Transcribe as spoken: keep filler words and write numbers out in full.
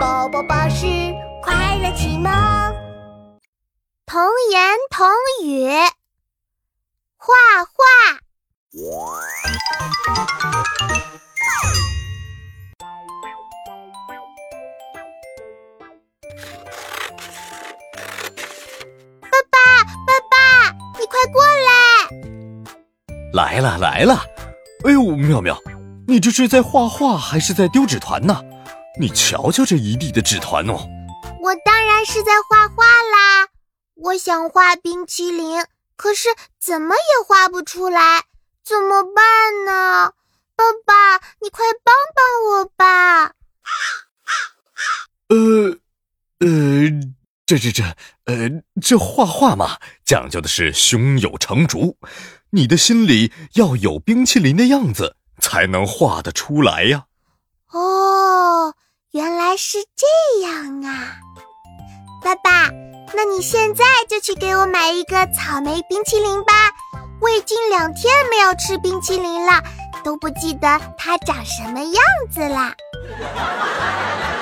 宝宝巴士快乐启蒙。 童言童语，画画。爸爸，爸爸，你快过来！ 来了来了！哎呦，妙妙，你这是在画画还是在丢纸团呢？你瞧瞧这一地的纸团哦。 我当然是在画画啦，我想画冰淇淋，可是怎么也画不出来，怎么办呢？爸爸，你快帮帮我吧。 呃呃这这这呃这画画嘛，讲究的是胸有成竹，你的心里要有冰淇淋的样子，才能画得出来呀。 哦，原来是这样啊。爸爸，那你现在就去给我买一个草莓冰淇淋吧，我已经两天没有吃冰淇淋了，都不记得它长什么样子啦。